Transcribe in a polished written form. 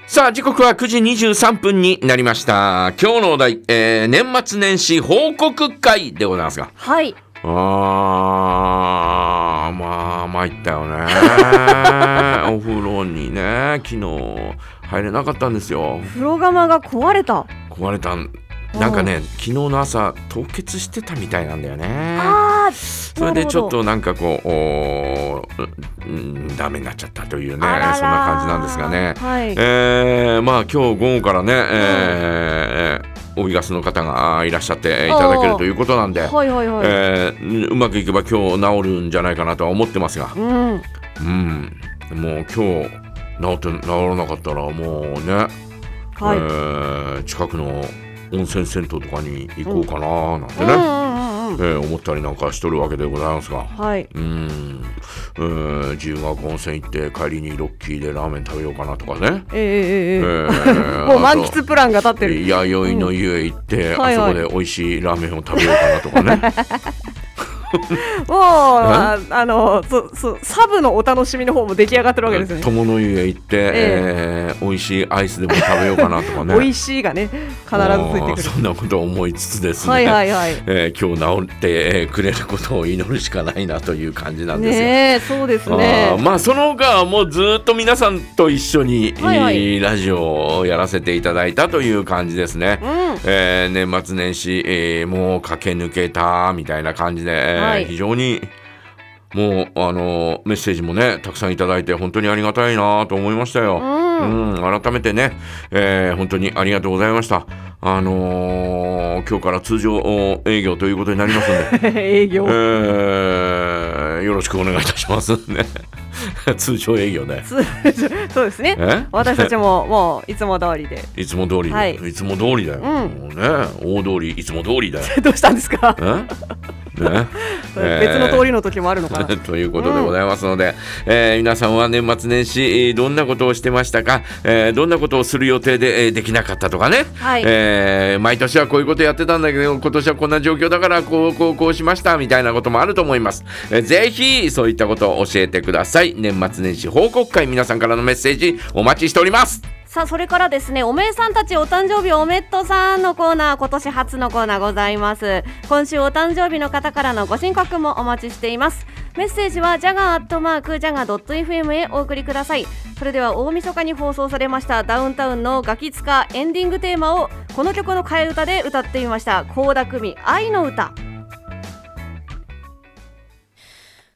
さあ時刻は9時23分になりました。今日のお題、年末年始報告会でございますが、 はい。 まあ参ったよねお風呂にね昨日入れなかったんですよ。 風呂釜が壊れた。 なんかね昨日の朝凍結してたみたいなんだよね。それでちょっとなんかこうダメになっちゃったというね、そんな感じなんですがね、 はい。 まあ今日午後からね、オイガスの方がいらっしゃっていただけるということなんで、 はいはいはい。 うまくいけば今日治るんじゃないかなとは思ってますが、もう今日治らなかったらもうね、近くの温泉銭湯とかに行こうかななんてね、思ったりなんかしとるわけでございますが、自由が丘温泉行って帰りにロッキーでラーメン食べようかなとかね、 もう満喫プランが立ってる。 弥生の湯へ行って、あそこで美味しいラーメンを食べようかなとかねもうサブのお楽しみの方も出来上がってるわけですね。 友の湯へ行って、美味しいアイスでも食べようかなとかね美味しいがね必ずついてくる。 そんなことを思いつつですね、今日治ってくれることを祈るしかないなという感じなんですよね。そうですね。 まあその他はもうずっと皆さんと一緒に、ラジオをやらせていただいたという感じですね。年末年始、もう駆け抜けたみたいな感じで、非常にもうメッセージもねたくさんいただいて本当にありがたいなと思いましたよ。改めてね、本当にありがとうございました。今日から通常営業ということになりますので営業、 よろしくお願いいたしますね通常営業でそうですね。私たちももういつも通りでいつも通り、いつも通りだよ、もうね大通りいつも通りだよどうしたんですかね別の通りの時もあるのかなということでございますので、皆さんは年末年始どんなことをしてましたか、どんなことをする予定で、できなかったとかね、毎年はこういうことやってたんだけど今年はこんな状況だからこうしましたみたいなこともあると思います。ぜひそういったことを教えてください。年末年始報告会、皆さんからのメッセージお待ちしております。 さあそれからですね、おめえさんたちお誕生日おめっとさんのコーナー、今年初のコーナーございます。今週お誕生日の方からのご申告もお待ちしています。メッセージはjaga@jaga.fm へお送りください。それでは大晦日に放送されましたダウンタウンのガキツカエンディングテーマをこの曲の替え歌で歌ってみました。倖田來未愛の歌。